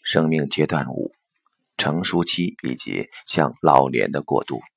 生命阶段5：成熟期以及向老年的过渡。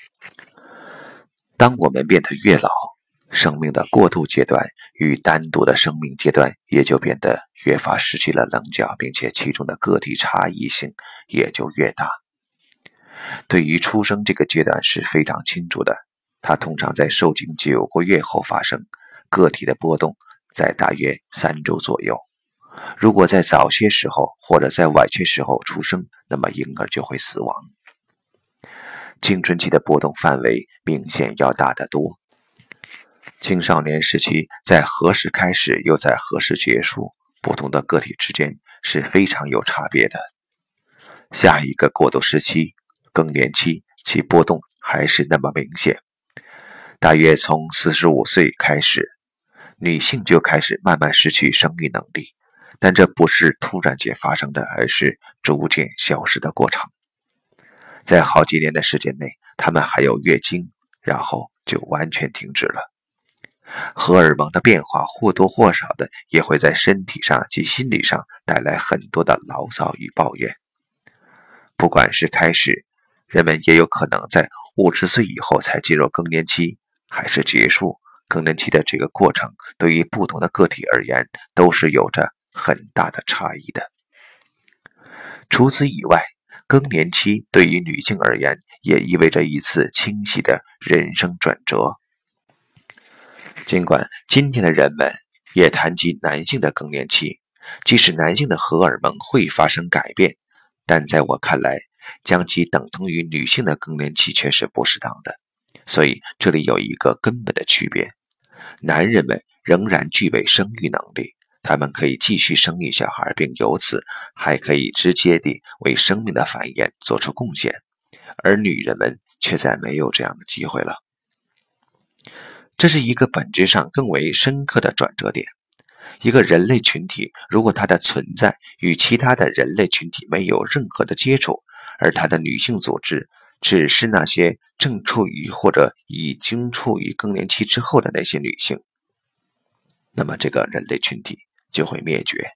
当我们变得越老，生命的过渡阶段与单独的生命阶段也就变得越发失去了棱角，并且其中的个体差异性也就越大。对于出生这个阶段是非常清楚的，它通常在受精9个月后发生，个体的波动在大约3周左右。如果在早些时候或者在晚些时候出生，那么婴儿就会死亡。青春期的波动范围明显要大得多。青少年时期在何时开始又在何时结束，不同的个体之间是非常有差别的。下一个过渡时期更年期，其波动还是那么明显。大约从45岁开始，女性就开始慢慢失去生育能力，但这不是突然间发生的，而是逐渐消失的过程。在好几年的时间内，她们还有月经，然后就完全停止了。荷尔蒙的变化或多或少的也会在身体上及心理上带来很多的牢骚与抱怨。不管是开始，人们也有可能在50岁以后才进入更年期，还是结束更年期的这个过程，对于不同的个体而言都是有着很大的差异的。除此以外，更年期对于女性而言也意味着一次清晰的人生转折。尽管今天的人们也谈及男性的更年期，即使男性的荷尔蒙会发生改变，但在我看来，将其等同于女性的更年期却是不适当的。所以这里有一个根本的区别：男人们仍然具备生育能力，他们可以继续生育小孩，并由此还可以直接地为生命的繁衍做出贡献，而女人们却再没有这样的机会了。这是一个本质上更为深刻的转折点。一个人类群体，如果它的存在与其他的人类群体没有任何的接触，而它的女性组织只是那些正处于或者已经处于更年期之后的那些女性，那么这个人类群体就会灭绝。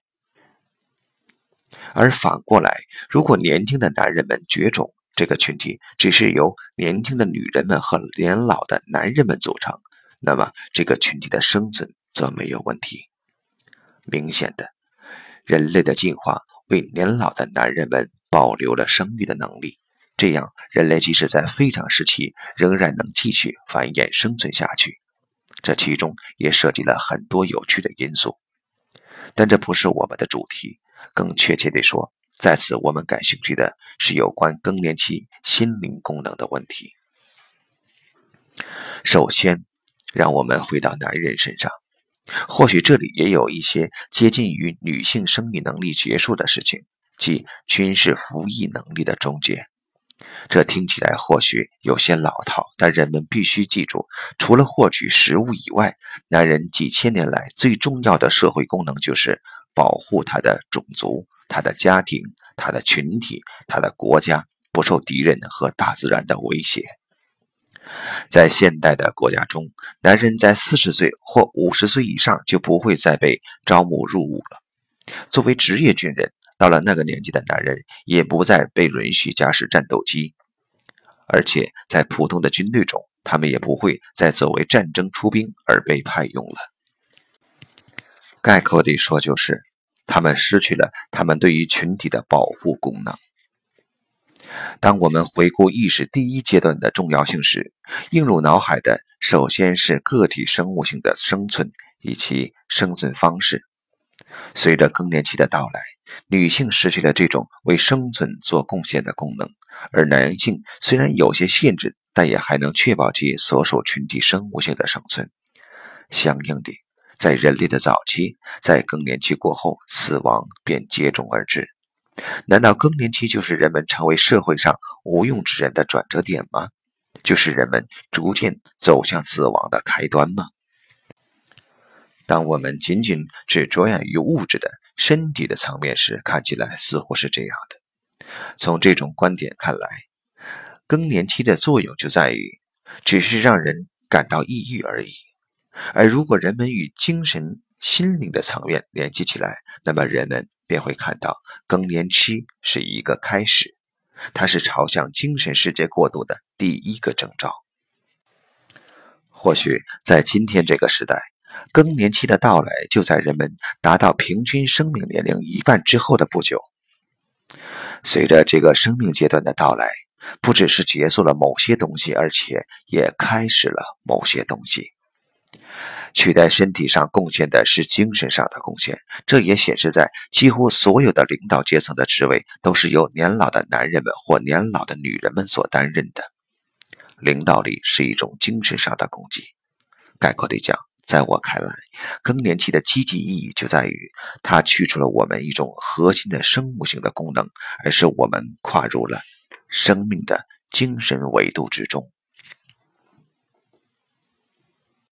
而反过来，如果年轻的男人们绝种，这个群体只是由年轻的女人们和年老的男人们组成，那么这个群体的生存则没有问题。明显的，人类的进化为年老的男人们保留了生育的能力，这样人类即使在非常时期仍然能继续繁衍生存下去。这其中也涉及了很多有趣的因素，但这不是我们的主题。更确切地说，在此我们感兴趣的是有关更年期心灵功能的问题。首先，让我们回到男人身上，或许这里也有一些接近于女性生育能力结束的事情，即军事服役能力的终结。这听起来或许有些老套，但人们必须记住，除了获取食物以外，男人几千年来最重要的社会功能就是保护他的种族、他的家庭、他的群体、他的国家不受敌人和大自然的威胁。在现代的国家中，男人在40岁或50岁以上就不会再被招募入伍了。作为职业军人，到了那个年纪的男人也不再被允许驾驶战斗机，而且在普通的军队中，他们也不会再作为战争出兵而被派用了。概括地说，就是他们失去了他们对于群体的保护功能。当我们回顾意识第一阶段的重要性时，映入脑海的首先是个体生物性的生存以及生存方式。随着更年期的到来，女性失去了这种为生存做贡献的功能，而男性虽然有些限制，但也还能确保其所属群体生物性的生存。相应的，在人类的早期，在更年期过后，死亡便接踵而至。难道更年期就是人们成为社会上无用之人的转折点吗？就是人们逐渐走向死亡的开端吗？当我们仅仅只着眼于物质的身体的层面时，看起来似乎是这样的。从这种观点看来，更年期的作用就在于只是让人感到抑郁而已。而如果人们与精神心灵的层面联系起来，那么人们便会看到更年期是一个开始，它是朝向精神世界过渡的第一个征兆。或许在今天这个时代，更年期的到来就在人们达到平均生命年龄一半之后的不久。随着这个生命阶段的到来，不只是结束了某些东西，而且也开始了某些东西。取代身体上贡献的是精神上的贡献，这也显示在几乎所有的领导阶层的职位都是由年老的男人们或年老的女人们所担任的。领导力是一种精神上的供给。概括地讲，在我看来，更年期的积极意义就在于它去除了我们一种核心的生物性的功能，而是我们跨入了生命的精神维度之中。